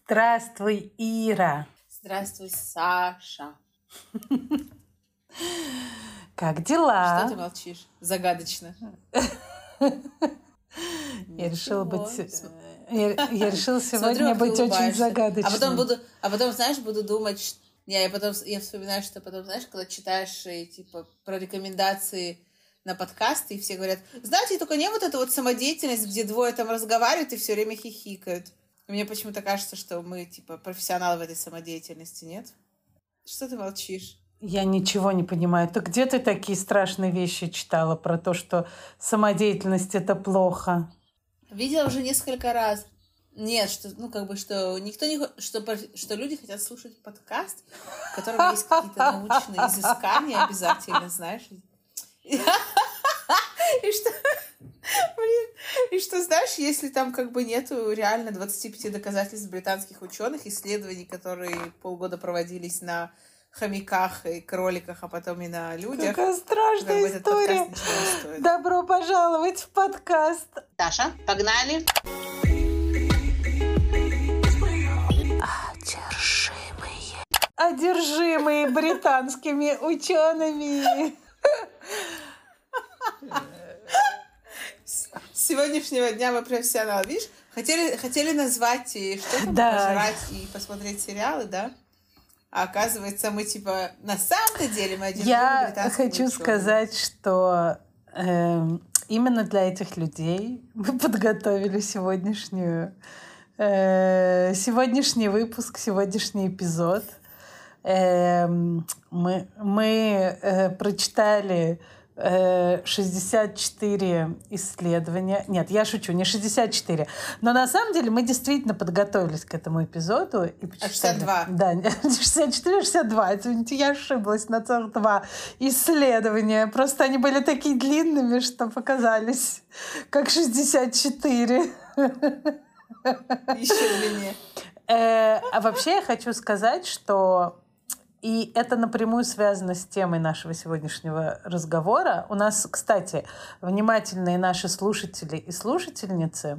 Здравствуй, Ира. Здравствуй, Саша. Как дела? Что ты молчишь? Загадочно. Я решила сегодня быть очень загадочной. А потом, знаешь, буду думать... Я вспоминаю, что потом, знаешь, когда читаешь типа про рекомендации на подкасты, и все говорят, знаете, только не вот эта вот самодеятельность, где двое там разговаривают и все время хихикают. И мне почему-то кажется, что мы, типа, профессионалы в этой самодеятельности, нет? Что ты молчишь? Я ничего не понимаю. Так где ты такие страшные вещи читала про то, что самодеятельность — это плохо? Видела уже несколько раз. Нет, что, что никто не... Что люди хотят слушать подкаст, в котором есть какие-то научные изыскания обязательно, знаешь. И что, знаешь, если там нету реально 25 доказательств британских ученых, исследований, которые полгода проводились на хомяках и кроликах, а потом и на людях. Какая страшная история. Добро пожаловать в подкаст. Даша, погнали. Одержимые британскими учеными. С сегодняшнего дня мы профессионалы. Видишь, хотели назвать и что-то пожрать и посмотреть сериалы, да? А оказывается, мы типа на самом-то деле мы одержимые британскими учеными. Я хочу сказать, что именно для этих людей мы подготовили сегодняшний выпуск, сегодняшний эпизод. Мы прочитали 64 исследования. Нет, я шучу, не 64. Но на самом деле мы действительно подготовились к этому эпизоду. И почитали. 62. Да, 64, 62. Извините, я ошиблась на целых 2 исследования. Просто они были такие длинными, что показались как 64. Еще длиннее. А вообще я хочу сказать, что и это напрямую связано с темой нашего сегодняшнего разговора. У нас, кстати, внимательные наши слушатели и слушательницы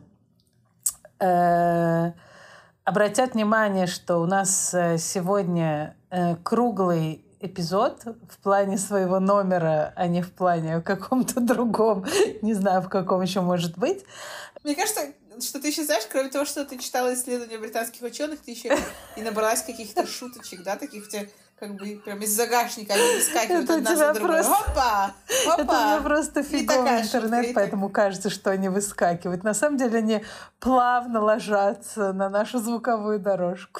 обратят внимание, что у нас сегодня круглый эпизод в плане своего номера, а не в плане каком-то другом. Не знаю, в каком еще может быть. Мне кажется, что ты еще знаешь, кроме того, что ты читала исследования британских ученых, ты еще и набралась каких-то шуточек, да, таких где прям из загашника они выскакивают одна за другой. Опа! Это у меня просто фиговый интернет, поэтому кажется, что они выскакивают. На самом деле они плавно ложатся на нашу звуковую дорожку.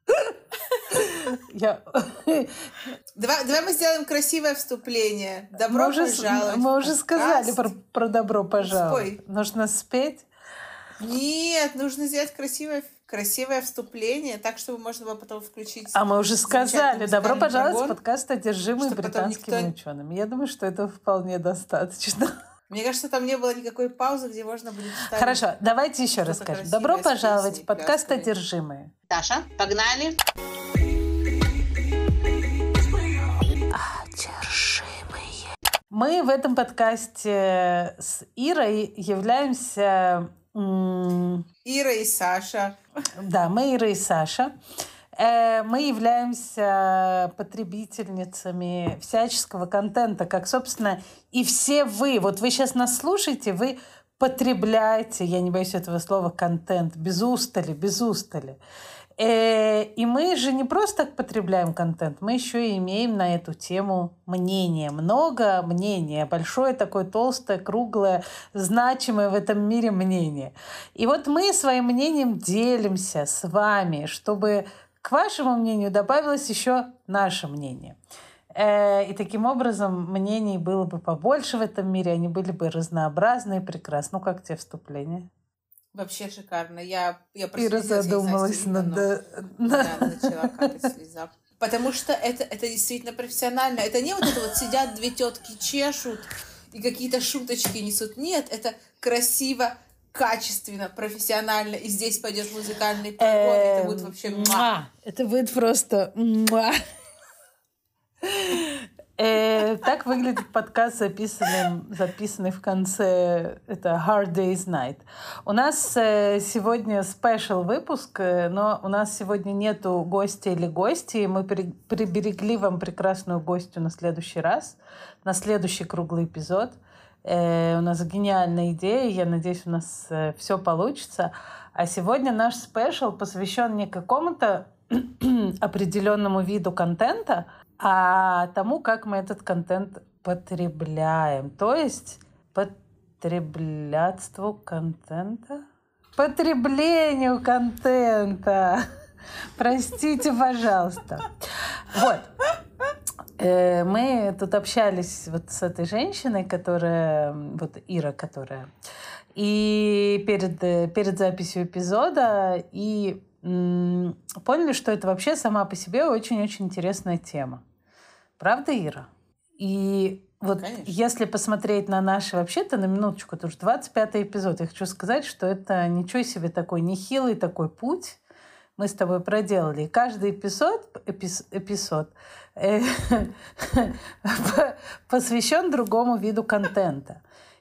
Давай мы сделаем красивое вступление. Добро пожаловать. Мы уже сказали про добро пожаловать. Нужно спеть? Нет, нужно сделать красивое вступление, так, чтобы можно было потом включить... А мы уже сказали. Добро пожаловать в подкаст «Одержимые британскими учеными». Я думаю, что этого вполне достаточно. Мне кажется, там не было никакой паузы, где можно будет ставить... Хорошо, давайте еще раз скажем. Добро пожаловать в подкаст «Одержимые». Даша, погнали. Одержимые. Мы в этом подкасте с Ирой являемся... Ира и Саша. Да, мы Ира и Саша. Мы являемся потребительницами всяческого контента, как, собственно, и все вы. Вот вы сейчас нас слушаете, вы потребляете, я не боюсь этого слова, контент, без устали. И мы же не просто так потребляем контент, мы еще и имеем на эту тему мнение. Много мнения, большое такое толстое, круглое, значимое в этом мире мнение. И вот мы своим мнением делимся с вами, чтобы к вашему мнению добавилось еще наше мнение. И таким образом мнений было бы побольше в этом мире, они были бы разнообразные, прекрасны. Ну, как тебе вступление? Вообще шикарно. Я Ира задумалась начала капать слеза. Потому что это действительно профессионально. Это не вот это вот сидят две тетки, чешут и какие-то шуточки несут. Нет, это красиво, качественно, профессионально. И здесь пойдет музыкальный перевод. Это будет вообще... Это будет просто... Так выглядит подкаст, записанный в конце. Это Hard Day's Night. У нас сегодня спешл выпуск, но у нас сегодня нету гостя или гостей. Мы приберегли вам прекрасную гостью на следующий раз, на следующий круглый эпизод. У нас гениальная идея. Я надеюсь, у нас все получится. А сегодня наш спешл посвящен не какому-то определенному виду контента, а тому, как мы этот контент потребляем. То есть потреблятству контента? Потреблению контента. Простите, пожалуйста. Вот. Мы тут общались вот с этой женщиной, которая... Вот Ира, которая... И перед записью эпизода... И поняли, что это вообще сама по себе очень-очень интересная тема. Правда, Ира? И вот Конечно. Если посмотреть на наши, вообще-то, на минуточку, это уже 25-й эпизод, я хочу сказать, что это ничего себе такой нехилый такой путь мы с тобой проделали. И каждый эпизод посвящен другому виду контента.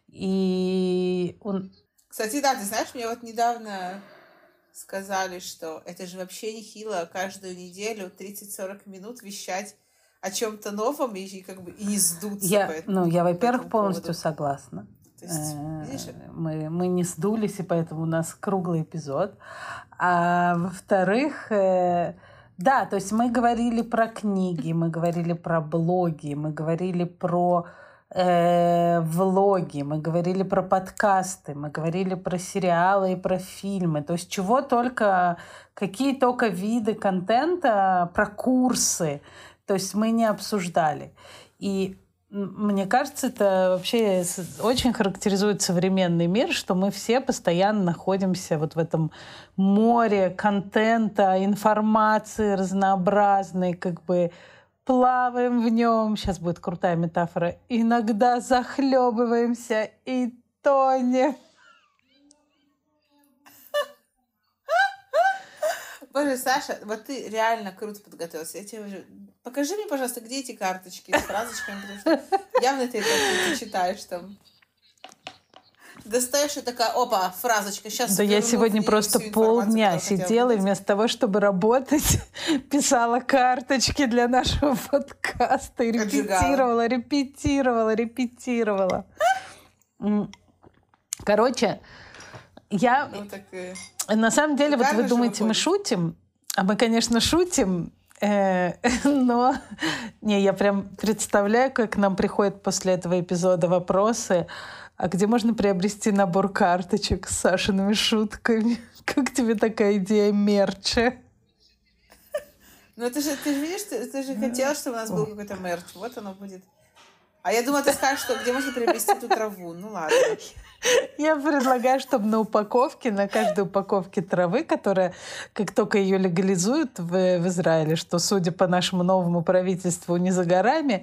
Кстати, да, ты знаешь, мне вот недавно сказали, что это же вообще нехило каждую неделю 30-40 минут вещать о чем-то новом и как бы и не сдуться. Я, во-первых, полностью согласна. То есть, видишь? Мы не сдулись, и поэтому у нас круглый эпизод. А во-вторых, да, то есть мы говорили про книги, мы говорили про блоги, мы говорили про влоги, мы говорили про подкасты, мы говорили про сериалы и про фильмы. То есть какие только виды контента, про курсы. То есть мы не обсуждали. И мне кажется, это вообще очень характеризует современный мир, что мы все постоянно находимся вот в этом море контента, информации разнообразной, как бы плаваем в нем. Сейчас будет крутая метафора. Иногда захлебываемся и тонем. Боже, Саша, вот ты реально круто подготовился. Покажи мне, пожалуйста, где эти карточки с фразочками, потому что явно ты это не читаешь там. Достаешь и такая, опа, фразочка. Сейчас. Да я сегодня просто полдня сидела и вместо того, чтобы работать, писала карточки для нашего подкаста и репетировала. Короче, на самом деле, вот вы думаете, мы шутим, а мы, конечно, шутим, но я прям представляю, как к нам приходят после этого эпизода вопросы, а где можно приобрести набор карточек с Сашиными шутками? Как тебе такая идея мерча? Ну, ты же видишь, ты же хотела, чтобы у нас был какой-то мерч. Вот оно будет. А я думала, ты скажешь, что где можно приобрести эту траву. Ну, ладно. Я предлагаю, чтобы на каждой упаковке травы, которая, как только ее легализуют в Израиле, что, судя по нашему новому правительству, не за горами,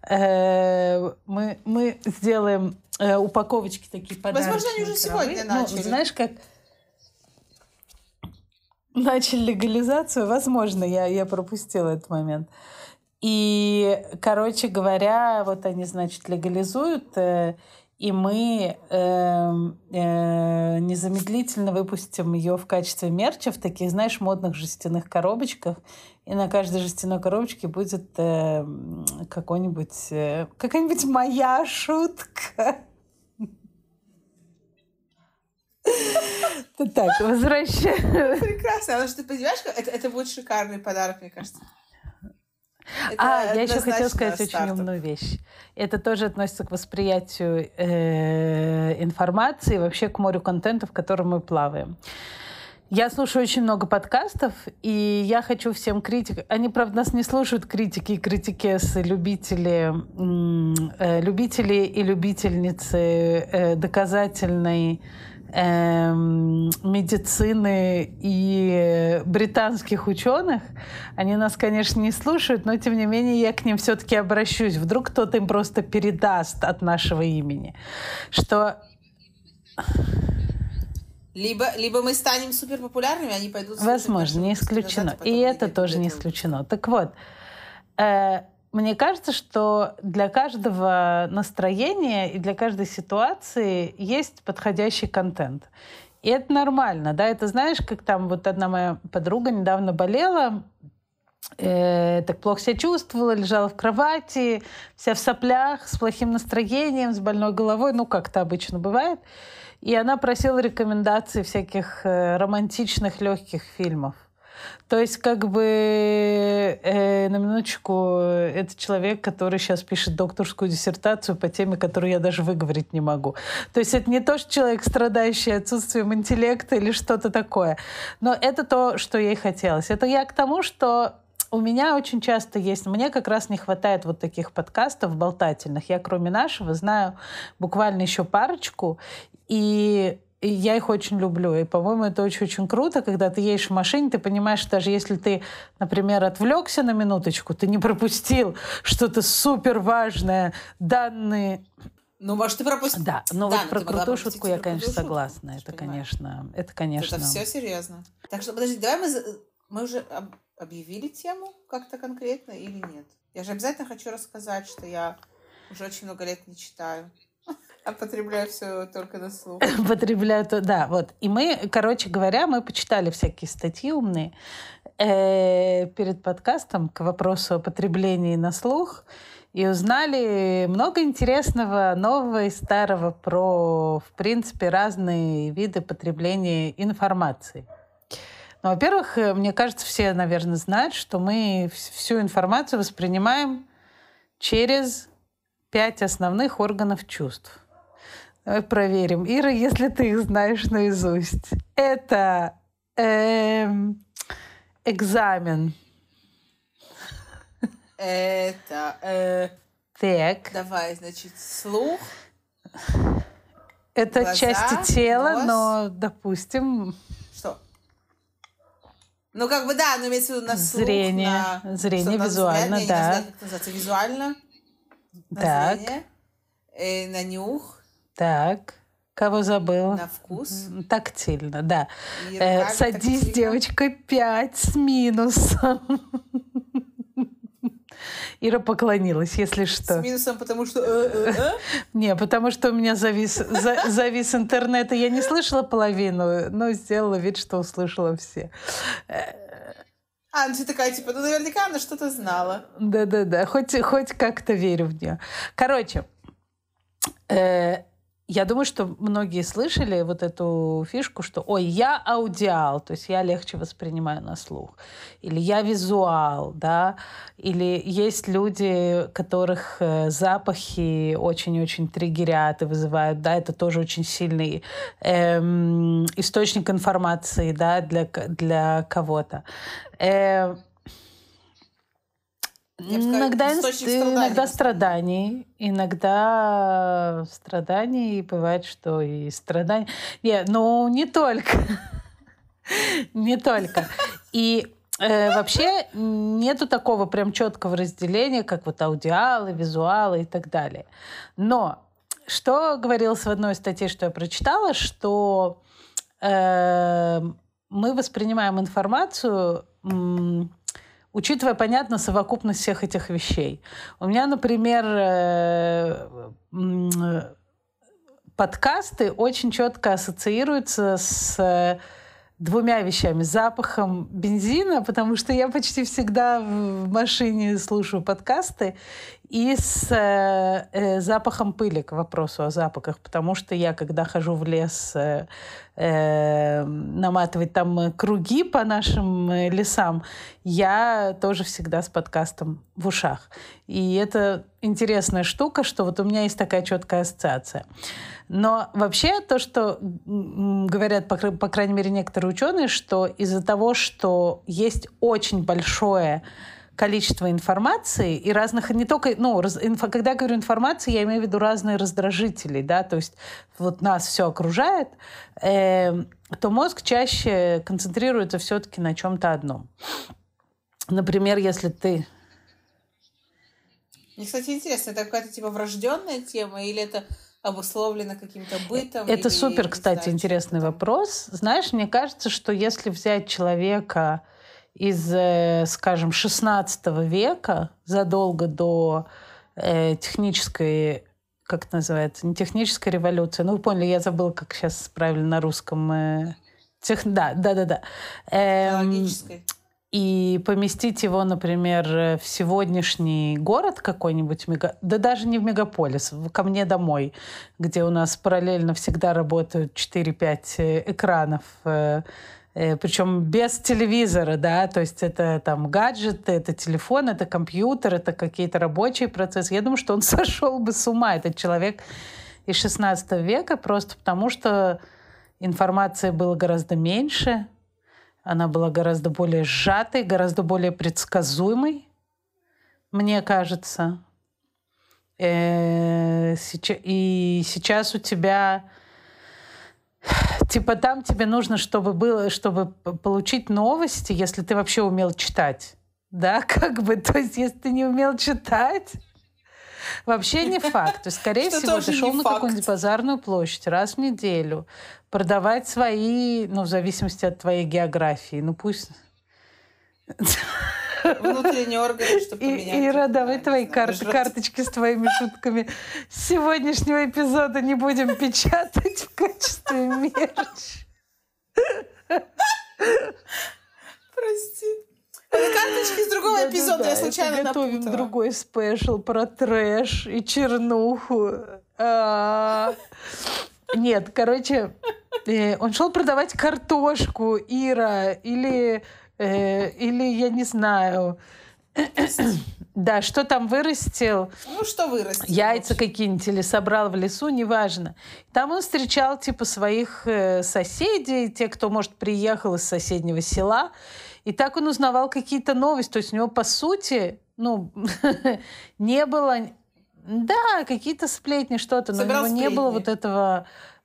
мы сделаем упаковочки такие подарочные. Возможно, они уже сегодня начали. Ну, знаешь, как начали легализацию, возможно, я пропустила этот момент. И, короче говоря, вот они, значит, легализуют, и мы незамедлительно выпустим ее в качестве мерча в таких, знаешь, модных жестяных коробочках. И на каждой жестяной коробочке будет какая-нибудь моя шутка. Так, возвращаем. Прекрасно. Потому что ты понимаешь, это будет шикарный подарок, мне кажется. Я еще хотела сказать очень умную вещь. Это тоже относится к восприятию информации, вообще к морю контента, в котором мы плаваем. Я слушаю очень много подкастов, и я хочу всем критикам... Они, правда, нас не слушают, критики и критикесы, любители и любительницы доказательной медицины и британских ученых. Они нас, конечно, не слушают, но, тем не менее, я к ним все-таки обращусь. Вдруг кто-то им просто передаст от нашего имени, что... Либо мы станем суперпопулярными, они пойдут... Возможно, не исключено. И это тоже не исключено. Так вот, мне кажется, что для каждого настроения и для каждой ситуации есть подходящий контент. И это нормально, да, это знаешь, как там вот одна моя подруга недавно болела, так плохо себя чувствовала, лежала в кровати, вся в соплях, с плохим настроением, с больной головой, ну, как это обычно бывает. И она просила рекомендаций всяких романтичных, легких фильмов. То есть, как бы, на минуточку, это человек, который сейчас пишет докторскую диссертацию по теме, которую я даже выговорить не могу. То есть это не то, что человек, страдающий отсутствием интеллекта или что-то такое. Но это то, что ей хотелось. Это я к тому, что у меня очень часто есть... Мне как раз не хватает вот таких подкастов болтательных. Я, кроме нашего, знаю буквально еще парочку. И я их очень люблю. И, по-моему, это очень-очень круто, когда ты едешь в машине, ты понимаешь, что даже если ты, например, отвлекся на минуточку, ты не пропустил что-то супер важное, данные... Ну, может, ты пропустил. Да, но вот про крутую шутку я, конечно, согласна. Это, конечно... Это все серьезно. Так что, подожди, давай мы уже объявили тему как-то конкретно или нет? Я же обязательно хочу рассказать, что я уже очень много лет не читаю. А потребляю все только на слух. Потребляю, да, вот. И мы, короче говоря, мы почитали всякие статьи умные перед подкастом к вопросу о потреблении на слух и узнали много интересного, нового и старого про, в принципе, разные виды потребления информации. Ну, во-первых, мне кажется, все, наверное, знают, что мы всю информацию воспринимаем через 5 основных органов чувств. Давай проверим. Ира, если ты их знаешь наизусть. Это экзамен. Это... Так. Давай, значит, слух. Это глаза, части тела, нос. но, допустим... Что? Ну, как бы, да, но имеется в виду на слух, Зрение, визуально, взгляд, да. Я не знаю, как это называется, визуально. На Так. зрение, на нюх. Так. Кого забыла? На вкус. Тактильно, да. И руками Садись, тактильно. девочка, 5 с минусом. Ира поклонилась, если что. С минусом, потому что... Не, потому что у меня завис интернет, и я не слышала половину, но сделала вид, что услышала все. Ну ты такая, типа, ну наверняка она что-то знала. Да-да-да, хоть как-то верю в нее. Короче, я думаю, что многие слышали вот эту фишку, что «Ой, я аудиал», то есть я легче воспринимаю на слух. Или «я визуал», да. Или есть люди, которых запахи очень-очень триггерят и вызывают, да, это тоже очень сильный источник информации, да, для кого-то. Иногда страданий. Иногда страданий. Бывает, что и страдания. Нет, ну, не только. Не только. И вообще нету такого прям четкого разделения, как вот аудиалы, визуалы и так далее. Но что говорилось в одной статье, что я прочитала, что мы воспринимаем информацию... учитывая, понятно, совокупность всех этих вещей. У меня, например, подкасты очень четко ассоциируются с 2 вещами. Запахом бензина, потому что я почти всегда в машине слушаю подкасты, и с запахом пыли, к вопросу о запахах, потому что я, когда хожу в лес наматывать там круги по нашим лесам, я тоже всегда с подкастом в ушах. И это интересная штука, что вот у меня есть такая четкая ассоциация. Но вообще то, что говорят, по крайней мере, некоторые ученые, что из-за того, что есть очень большое количество информации и разных, не только, когда я говорю информации, я имею в виду разные раздражители, да, то есть вот нас все окружает, то мозг чаще концентрируется все-таки на чем-то одном. Например, если ты... Мне, кстати, интересно, это какая-то типа врожденная тема или это обусловлено каким-то бытом? Это или, супер, кстати, знаю, интересный вопрос. Знаешь, мне кажется, что если взять человека из, скажем, XVI века, задолго до технической, как это называется, не технической революции. Ну, вы поняли, я забыла, как сейчас правильно на русском. Да. Технологической. И поместить его, например, в сегодняшний город какой-нибудь, да даже не в мегаполис, ко мне домой, где у нас параллельно всегда работают 4-5 экранов, причем без телевизора, да, то есть это там гаджеты, это телефон, это компьютер, это какие-то рабочие процессы. Я думаю, что он сошел бы с ума, этот человек из XVI века, просто потому что информации было гораздо меньше, она была гораздо более сжатой, гораздо более предсказуемой, мне кажется. И сейчас у тебя... Типа там тебе нужно, чтобы получить новости, если ты вообще умел читать. Да, как бы, то есть если ты не умел читать, вообще не факт. То есть, скорее всего, ты шел на какую-нибудь базарную площадь раз в неделю, продавать свои, ну, в зависимости от твоей географии, ну, пусть... Внутренние органы, чтобы поменять. Ира, давай твои карточки с твоими шутками с сегодняшнего эпизода не будем печатать в качестве мерч. Прости. Это карточки с другого эпизода, я случайно напутала. Готовим другой спешл про трэш и чернуху. Нет, короче, он шел продавать картошку, Ира, или я не знаю. Да, что там вырастил? Ну, что вырастил? Яйца какие-нибудь или собрал в лесу, неважно. Там он встречал типа своих соседей, те, кто, может, приехал из соседнего села. И так он узнавал какие-то новости. То есть у него, по сути, ну, не было... Да, какие-то сплетни, что-то. Но у него не было вот этого...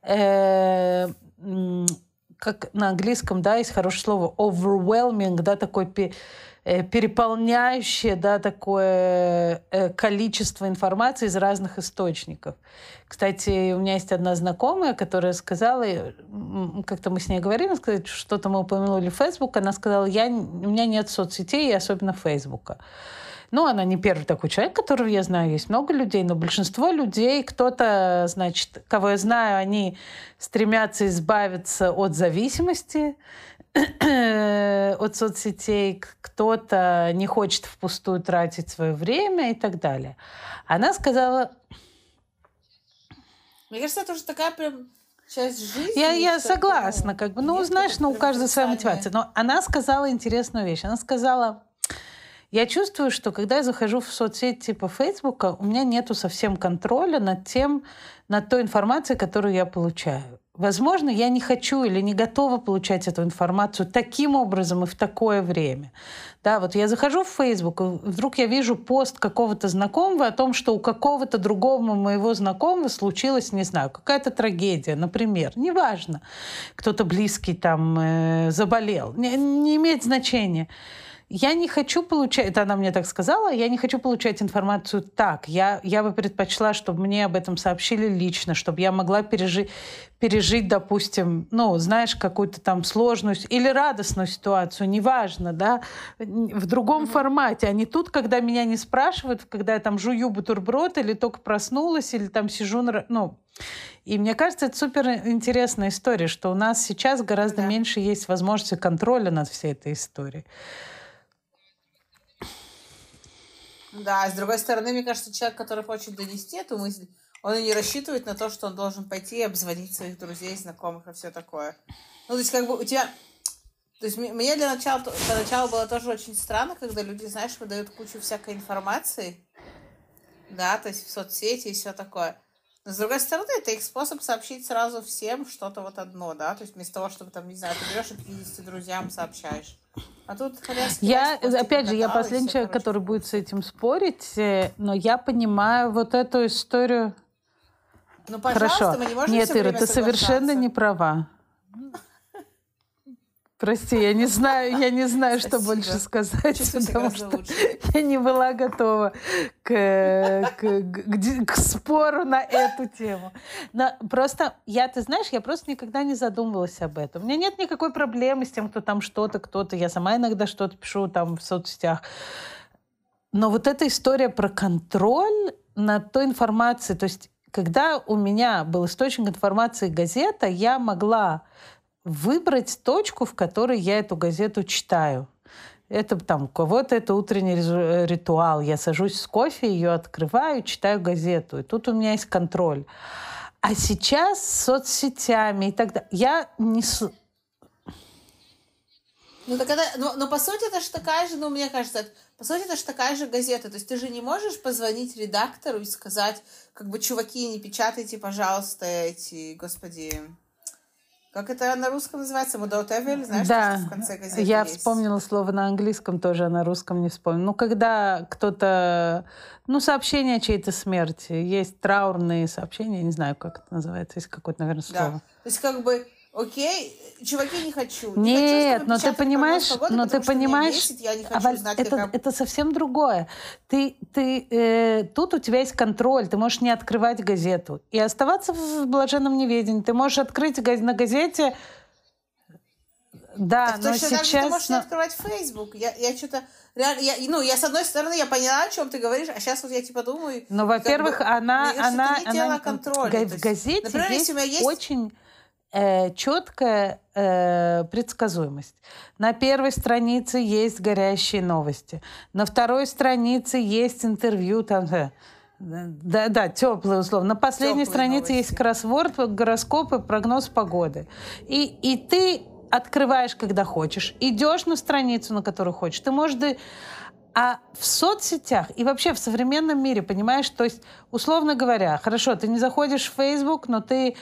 как на английском, да, есть хорошее слово overwhelming, да, такой переполняющее, да, такое количество информации из разных источников. Кстати, у меня есть одна знакомая, которая сказала, как-то мы с ней говорили, сказать, что-то мы упомянули Facebook, она сказала, у меня нет соцсетей, и особенно Фейсбука. Ну, она не первый такой человек, которого я знаю. Есть много людей, но большинство людей, кто-то, значит, кого я знаю, они стремятся избавиться от зависимости от соцсетей, кто-то не хочет впустую тратить свое время и так далее. Она сказала... Мне кажется, это уже такая прям часть жизни. Я согласна, как бы, ну, знаешь, у каждого своя мотивация. Но она сказала интересную вещь. Она сказала... Я чувствую, что когда я захожу в соцсеть типа Фейсбука, у меня нету совсем контроля над той информацией, которую я получаю. Возможно, я не хочу или не готова получать эту информацию таким образом и в такое время. Да, вот я захожу в Facebook, и вдруг я вижу пост какого-то знакомого о том, что у какого-то другого моего знакомого случилась, не знаю, какая-то трагедия, например. Неважно, кто-то близкий там заболел. Не имеет значения. Я не хочу получать, это она мне так сказала, я не хочу получать информацию так. Я бы предпочла, чтобы мне об этом сообщили лично, чтобы я могла пережить, допустим, ну, знаешь, какую-то там сложную или радостную ситуацию, неважно, да, в другом формате, а не тут, когда меня не спрашивают, когда я там жую бутерброд или только проснулась, или там сижу, ну... И мне кажется, это супер интересная история, что у нас сейчас гораздо меньше есть возможности контроля над всей этой историей. Да, с другой стороны, мне кажется, человек, который хочет донести эту мысль, он и не рассчитывает на то, что он должен пойти и обзвонить своих друзей, знакомых и все такое. Ну, то есть, как бы у тебя... То есть, мне для начала было тоже очень странно, когда люди, знаешь, выдают кучу всякой информации, да, то есть в соцсети и все такое. Но, с другой стороны, это их способ сообщить сразу всем что-то вот одно, да, то есть вместо того, чтобы, там, не знаю, ты берешь и 50 друзьям сообщаешь. А тут опять же, я последний человек, который будет с этим спорить, но я понимаю вот эту историю. Ну, пожалуйста, хорошо. Мы не можем Нет, Ира, ты совершенно не права. Прости, я не знаю, что больше сказать, потому что я не была готова к спору на эту тему. Но просто ты знаешь, я просто никогда не задумывалась об этом. У меня нет никакой проблемы с тем, кто там что-то, кто-то. Я сама иногда что-то пишу там в соцсетях. Но вот эта история про контроль над той информацией, то есть когда у меня был источник информации газета, я могла выбрать точку, в которой я эту газету читаю. Это там у кого-то это утренний ритуал. Я сажусь с кофе, ее открываю, читаю газету. И тут у меня есть контроль. А сейчас с соцсетями и так далее я не... Но по сути это же такая же, мне кажется, по сути это же такая же газета. То есть ты же не можешь позвонить редактору и сказать, чуваки, не печатайте, пожалуйста, господи... Как это на русском называется? Мудоутевель, знаешь, да, что в конце газеты я есть? вспомнила слово на английском тоже, а на русском не вспомнила. Когда кто-то... сообщение о чьей-то смерти. Есть траурные сообщения, не знаю, как это называется. Есть какое-то, наверное, слово. Да. То есть окей, чуваки, не хочу. Нет, не хочу, но ты понимаешь, бесит, я не хочу знать, это совсем другое. Тут у тебя есть контроль, ты можешь не открывать газету и оставаться в блаженном неведении. Ты можешь открыть на газете... Да, так но точно сейчас... так же ты можешь не открывать Facebook. Я что-то... Реально, я с одной стороны, я поняла, о чем ты говоришь, а сейчас вот я думаю... Ну, во-первых, она в газете например, есть, очень четкая предсказуемость. На первой странице есть горящие новости. На второй странице есть интервью. Теплые условия. На последней странице есть кроссворд, гороскопы, прогноз погоды. И ты открываешь, когда хочешь, идешь на страницу, на которую хочешь. Ты можешь... А в соцсетях и вообще в современном мире, понимаешь, то есть, условно говоря, хорошо, ты не заходишь в Facebook, но ты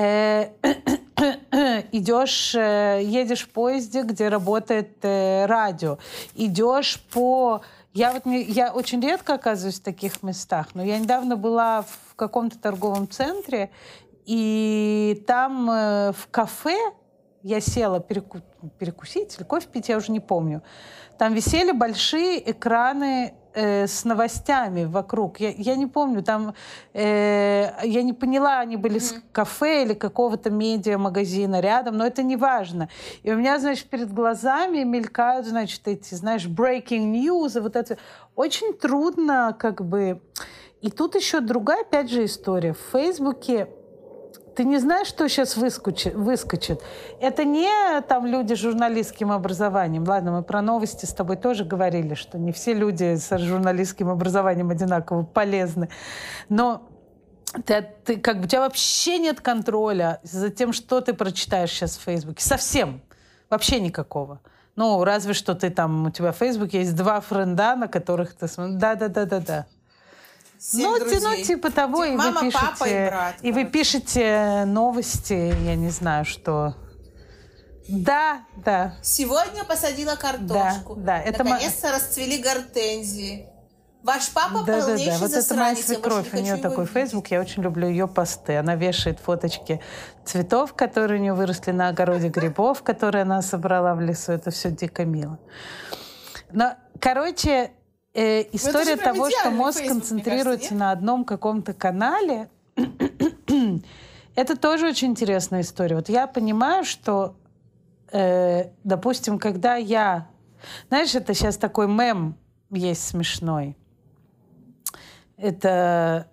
идешь, едешь в поезде, где работает радио, идешь по... Я очень редко оказываюсь в таких местах, но я недавно была в каком-то торговом центре, и там в кафе я села перекусить или кофе пить, я уже не помню. Там висели большие экраны с новостями вокруг. Я не помню, там... я не поняла, они были с кафе или какого-то медиа-магазина рядом, но это не важно. И у меня, значит, перед глазами мелькают, значит, эти, знаешь, breaking news, и вот это. Очень трудно, И тут еще другая, опять же, история. В Фейсбуке ты не знаешь, что сейчас выскочит. Это не там люди с журналистским образованием. Ладно, мы про новости с тобой тоже говорили, что не все люди с журналистским образованием одинаково полезны. Но у тебя вообще нет контроля за тем, что ты прочитаешь сейчас в Фейсбуке. Совсем. Вообще никакого. Разве что у тебя в Фейсбуке есть 2 френда, на которых ты смотришь. Да. Типа того, и мама, вы пишете, папа и брат, вы пишете новости, я не знаю, что. Да. Сегодня посадила картошку. Да. Наконец-то расцвели гортензии. Ваш папа полнейший Вот засранец. это моя свекровь, у нее такой фейсбук, я очень люблю ее посты. Она вешает фоточки цветов, которые у нее выросли на огороде, грибов, которые она собрала в лесу. Это все дико мило. Но, история того, что мозг концентрируется на одном каком-то канале, это тоже очень интересная история. Вот я понимаю, что, допустим, когда я... Знаешь, это сейчас такой мем есть смешной. Это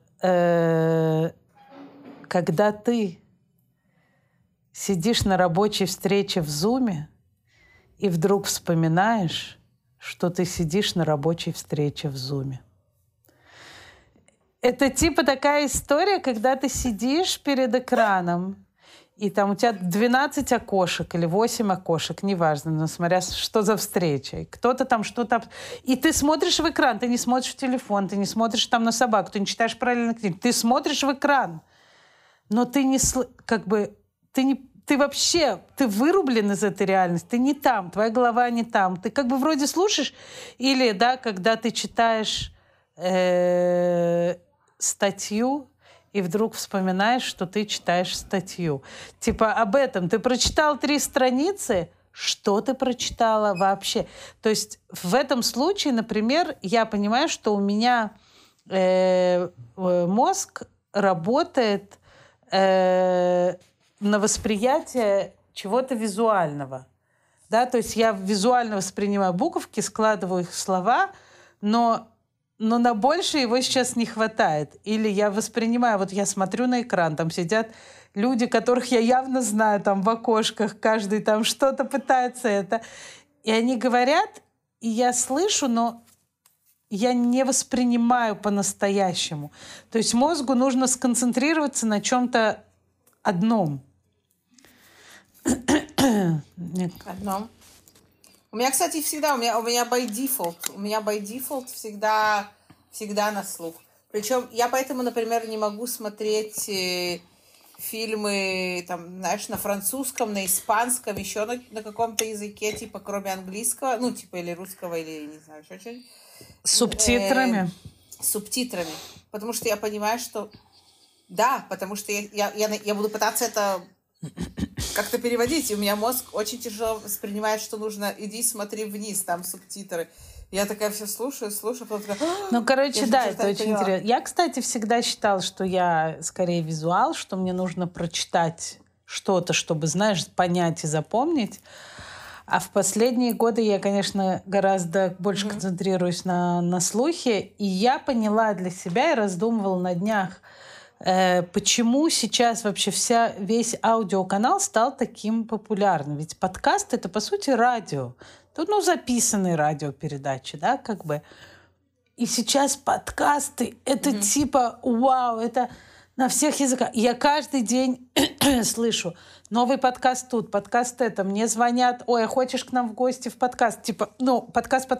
когда ты сидишь на рабочей встрече в Зуме и вдруг вспоминаешь, что ты сидишь на рабочей встрече в Зуме. Это типа такая история, когда ты сидишь перед экраном, и там у тебя 12 окошек или 8 окошек, неважно, но смотря что за встреча. И кто-то там что-то... И ты смотришь в экран, ты не смотришь в телефон, ты не смотришь там на собаку, ты не читаешь параллельно книгу, ты смотришь в экран. Но ты не... Ты вообще, ты вырублен из этой реальности, ты не там, твоя голова не там. Ты вроде слушаешь, или, когда ты читаешь статью, и вдруг вспоминаешь, что ты читаешь статью. Типа об этом. Ты прочитал 3 страницы, что ты прочитала вообще. То есть в этом случае, например, я понимаю, что у меня мозг работает на восприятие чего-то визуального. Да? То есть я визуально воспринимаю буковки, складываю их в слова, но на больше его сейчас не хватает. Или я воспринимаю, вот я смотрю на экран, там сидят люди, которых я явно знаю, там в окошках, каждый там что-то пытается это. И они говорят, и я слышу, но я не воспринимаю по-настоящему. То есть мозгу нужно сконцентрироваться на чем-то одном. Одном. У меня, кстати, всегда, у меня by default всегда на слух. Причем я поэтому, например, не могу смотреть фильмы, там, знаешь, на французском, на испанском, еще на каком-то языке, типа, кроме английского, ну, типа, или русского, или, не знаю, еще что-нибудь. С субтитрами? С субтитрами. Потому что я понимаю, что... Да, потому что я буду пытаться это как-то переводить, и у меня мозг очень тяжело воспринимает, что нужно иди смотри вниз, там субтитры. Я такая все слушаю, потом такая... Ну, короче, да, это очень интересно. Я, кстати, всегда считала, что я скорее визуал, что мне нужно прочитать что-то, чтобы, знаешь, понять и запомнить. А в последние годы я, конечно, гораздо больше концентрируюсь на слухе. И я поняла для себя и раздумывала на днях, почему сейчас вообще весь аудиоканал стал таким популярным. Ведь подкаст — это, по сути, радио. Тут, записанные радиопередачи, да, как бы. И сейчас подкасты — это типа, вау, это на всех языках. Я каждый день слышу новый подкаст тут, подкаст это. Мне звонят, ой, а хочешь к нам в гости в подкаст? Типа, подкаст.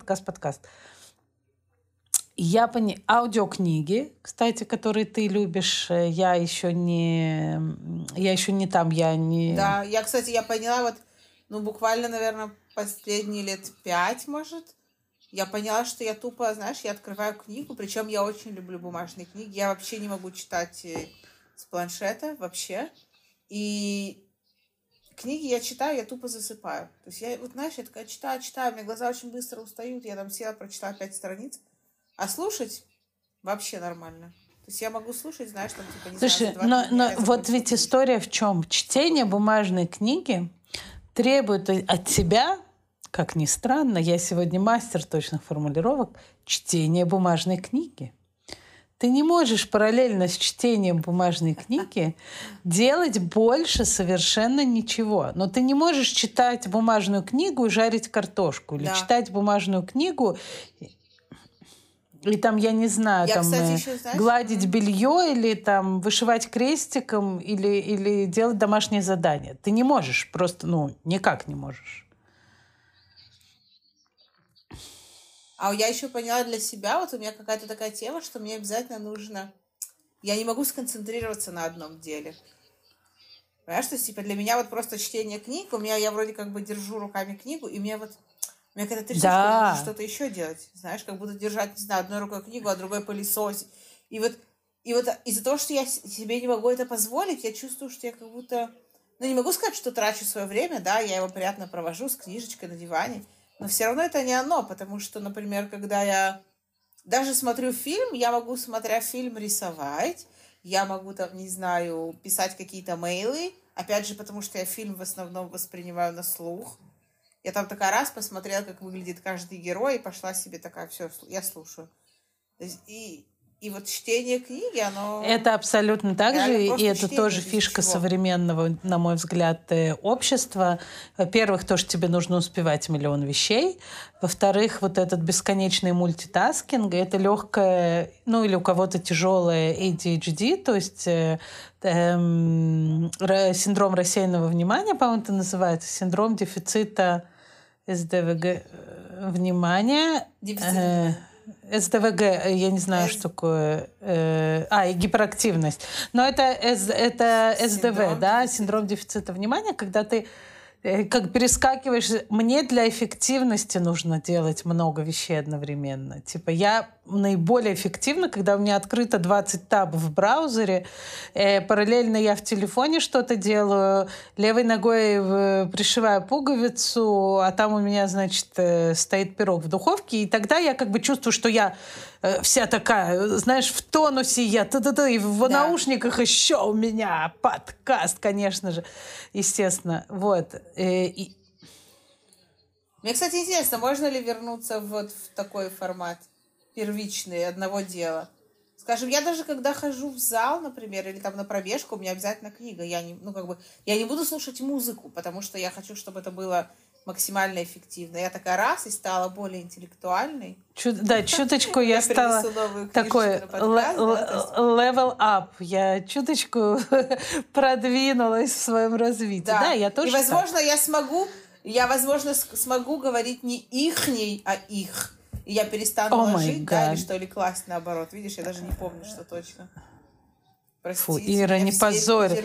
Я поняла. Аудиокниги, кстати, которые ты любишь, я еще не там, я не... Да, я поняла, буквально, наверное, последние лет 5, может, я поняла, что я тупо, знаешь, я открываю книгу, причем я очень люблю бумажные книги, я вообще не могу читать с планшета, вообще, и книги я читаю, я тупо засыпаю. То есть я, знаешь, я такая читаю, у меня глаза очень быстро устают, я там села, прочитала 5 страниц, а слушать вообще нормально. То есть я могу слушать, знаешь, там, типа, не Слушай, знаю, но вот ведь история в чем? Чтение бумажной книги требует от тебя, как ни странно, я сегодня мастер точных формулировок, чтение бумажной книги. Ты не можешь параллельно с чтением бумажной книги делать больше совершенно ничего. Но ты не можешь читать бумажную книгу и жарить картошку. Или читать бумажную книгу и там, я не знаю, кстати, еще, знаешь, гладить белье или там вышивать крестиком или делать домашнее задание. Ты не можешь, просто, никак не можешь. А я еще поняла для себя, вот у меня какая-то такая тема, что мне обязательно нужно... Я не могу сконцентрироваться на одном деле. Понимаешь, то есть, типа, для меня вот просто чтение книг, я вроде как бы держу руками книгу, и мне когда ты нужно что-то еще делать, знаешь, как будто держать, не знаю, одной рукой книгу, а другой пылесосить. И вот из-за того, что я себе не могу это позволить, я чувствую, что я как будто... не могу сказать, что трачу свое время, да, я его приятно провожу с книжечкой на диване, но все равно это не оно, потому что, например, когда я даже смотрю фильм, я могу, смотря фильм, рисовать, я могу, там, не знаю, писать какие-то мейлы, опять же, потому что я фильм в основном воспринимаю на слух. Я там такая раз посмотрела, как выглядит каждый герой, и пошла себе такая, все, я слушаю. То есть, и вот чтение книги, оно... Это абсолютно так же, и это тоже фишка современного, на мой взгляд, общества. Во-первых, то, что тебе нужно успевать миллион вещей. Во-вторых, вот этот бесконечный мультитаскинг, это легкое, или у кого-то тяжелое ADHD, то есть синдром рассеянного внимания, по-моему, это называется, синдром дефицита СДВГ внимания. СДВГ, я не знаю, что такое. И гиперактивность. Но это СДВ, да, синдром дефицита внимания, когда ты как перескакиваешь. Мне для эффективности нужно делать много вещей одновременно. Типа я наиболее эффективно, когда у меня открыто 20 табов в браузере, параллельно я в телефоне что-то делаю, левой ногой пришиваю пуговицу, а там у меня, значит, стоит пирог в духовке, и тогда я как бы чувствую, что я вся такая, знаешь, в тонусе, я та-та-та, и в наушниках еще у меня подкаст, конечно же, естественно. Вот. Мне, кстати, интересно, можно ли вернуться вот в такой формат первичный, одного дела? Скажем, я даже когда хожу в зал, например, или там на пробежку, у меня обязательно книга. Я не буду слушать музыку, потому что я хочу, чтобы это было максимально эффективно. Я такая раз и стала более интеллектуальной. Да, чуточку я стала такой level up. Я чуточку продвинулась в своем развитии. Да, я тоже. И, возможно, возможно, смогу говорить не ихней, а их. И я перестану ложить, да, или что ли, класть наоборот. Видишь, я даже не помню, что точно. Простите, фу, Ира, не позорь.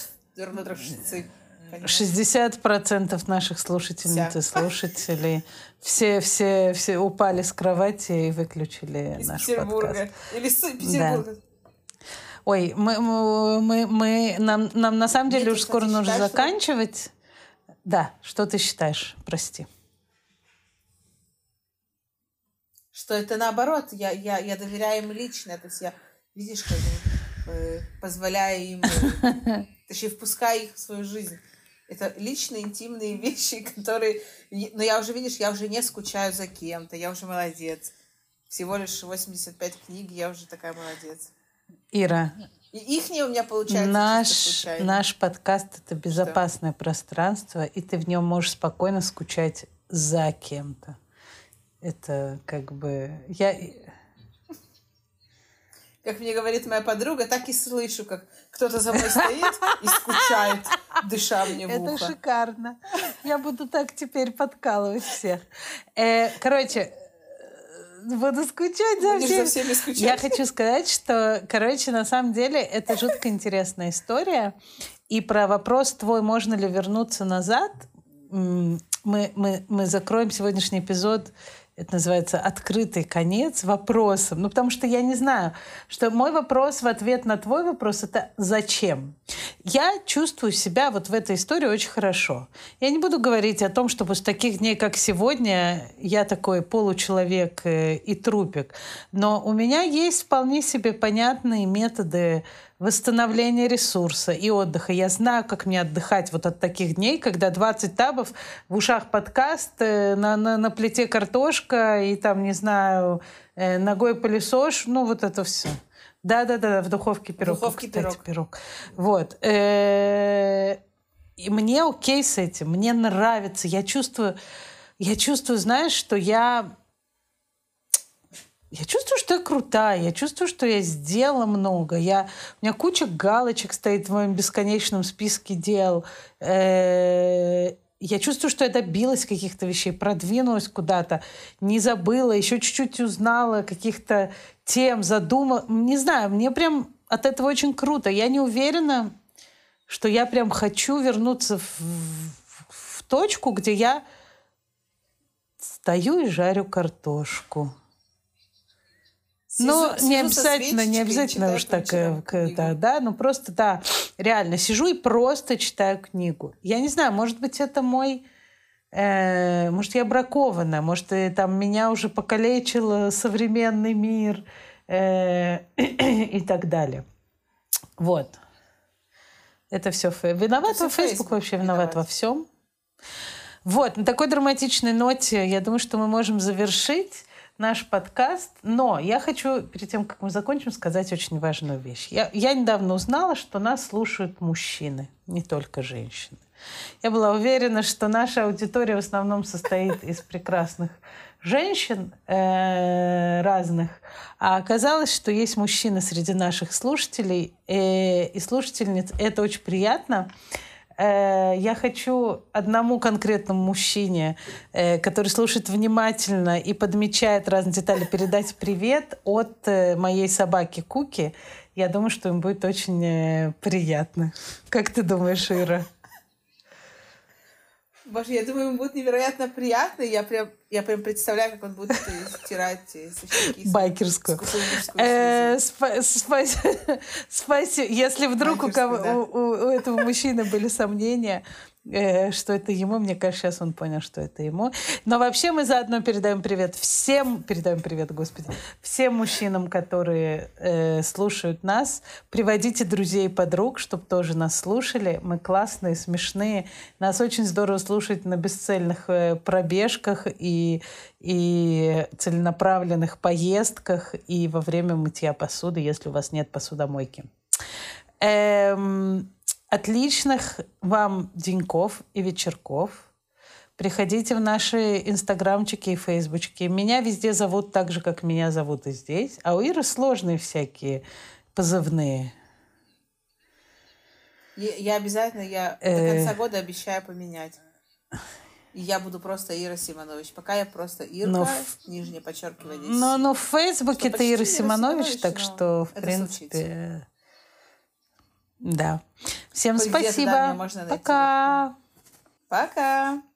60% наших слушательниц и слушателей все упали с кровати и выключили из наш Петербурга. подкаст. Или с Петербурга. Да. Ой, нам на самом деле уже скоро нужно заканчивать. Да, что ты считаешь? Прости. Что это наоборот, я доверяю им лично, то есть я, видишь, как позволяю им, точнее, впускаю их в свою жизнь. Это личные, интимные вещи, которые... Но я уже, видишь, я уже не скучаю за кем-то, я уже молодец. Всего лишь 85 книг, я уже такая молодец. Ира, и ихние у меня получается чисто случайно. Наш подкаст — это безопасное пространство, и ты в нем можешь спокойно скучать за кем-то. Это как бы... Как мне говорит моя подруга, так и слышу, как кто-то за мной стоит и скучает, дыша мне в ухо. Это шикарно. Я буду так теперь подкалывать всех. Короче, буду скучать за всеми. За всеми скучать. Я хочу сказать, что, на самом деле, это жутко интересная история. И про вопрос твой, можно ли вернуться назад, мы закроем сегодняшний эпизод. Это называется «Открытый конец» вопросом. Потому что я не знаю, что мой вопрос в ответ на твой вопрос — это «Зачем?». Я чувствую себя вот в этой истории очень хорошо. Я не буду говорить о том, что после таких дней, как сегодня, я такой получеловек и трупик. Но у меня есть вполне себе понятные методы восстановления ресурса и отдыха. Я знаю, как мне отдыхать вот от таких дней, когда 20 табов, в ушах подкаст, на плите картошка и там, не знаю, ногой пылесос, ну вот это все. Да, в духовке пирог. Пирог. Вот. И мне окей с этим, мне нравится. Я чувствую, знаешь, что я чувствую, что я крутая, я чувствую, что я сделала много. У меня куча галочек стоит в моем бесконечном списке дел. Я чувствую, что я добилась каких-то вещей, продвинулась куда-то, не забыла, еще чуть-чуть узнала каких-то тем, задумала. Не знаю, мне прям от этого очень круто. Я не уверена, что я прям хочу вернуться в точку, где я стою и жарю картошку. Но не обязательно уж так, да, ну просто, да, реально сижу и просто читаю книгу. Я не знаю, может быть, это может, я бракована, может, там меня уже покалечил современный мир и так далее. Вот. Это все. Виноват во Facebook вообще, виноват во всем. Вот, на такой драматичной ноте, я думаю, что мы можем завершить наш подкаст. Но я хочу, перед тем, как мы закончим, сказать очень важную вещь. Я недавно узнала, что нас слушают мужчины, не только женщины. Я была уверена, что наша аудитория в основном состоит из прекрасных женщин разных. А оказалось, что есть мужчины среди наших слушателей и слушательниц. Это очень приятно. Я хочу одному конкретному мужчине, который слушает внимательно и подмечает разные детали, передать привет от моей собаки Куки. Я думаю, что им будет очень приятно. Как ты думаешь, Ира? Боже, я думаю, им будет невероятно приятно. Я Я прям представляю, как он будет стирать сочники. Байкерскую. Спасибо. Если вдруг у этого мужчины были сомнения, что это ему, мне кажется, сейчас он понял, что это ему. Но вообще мы заодно передаем привет, Господи, всем мужчинам, которые слушают нас. Приводите друзей и подруг, чтобы тоже нас слушали. Мы классные, смешные. Нас очень здорово слушать на бесцельных пробежках и целенаправленных поездках и во время мытья посуды, если у вас нет посудомойки. Отличных вам деньков и вечерков. Приходите в наши инстаграмчики и фейсбучки. Меня везде зовут так же, как меня зовут и здесь. А у Иры сложные всякие позывные. Я обязательно, до конца года обещаю поменять. И я буду просто Ира Симонович. Пока я просто Ирка, нижнее подчеркивание. Но в Фейсбуке ты Ира Симонович, так что, в принципе... Да. Всем спасибо. Пока. Пока. Пока.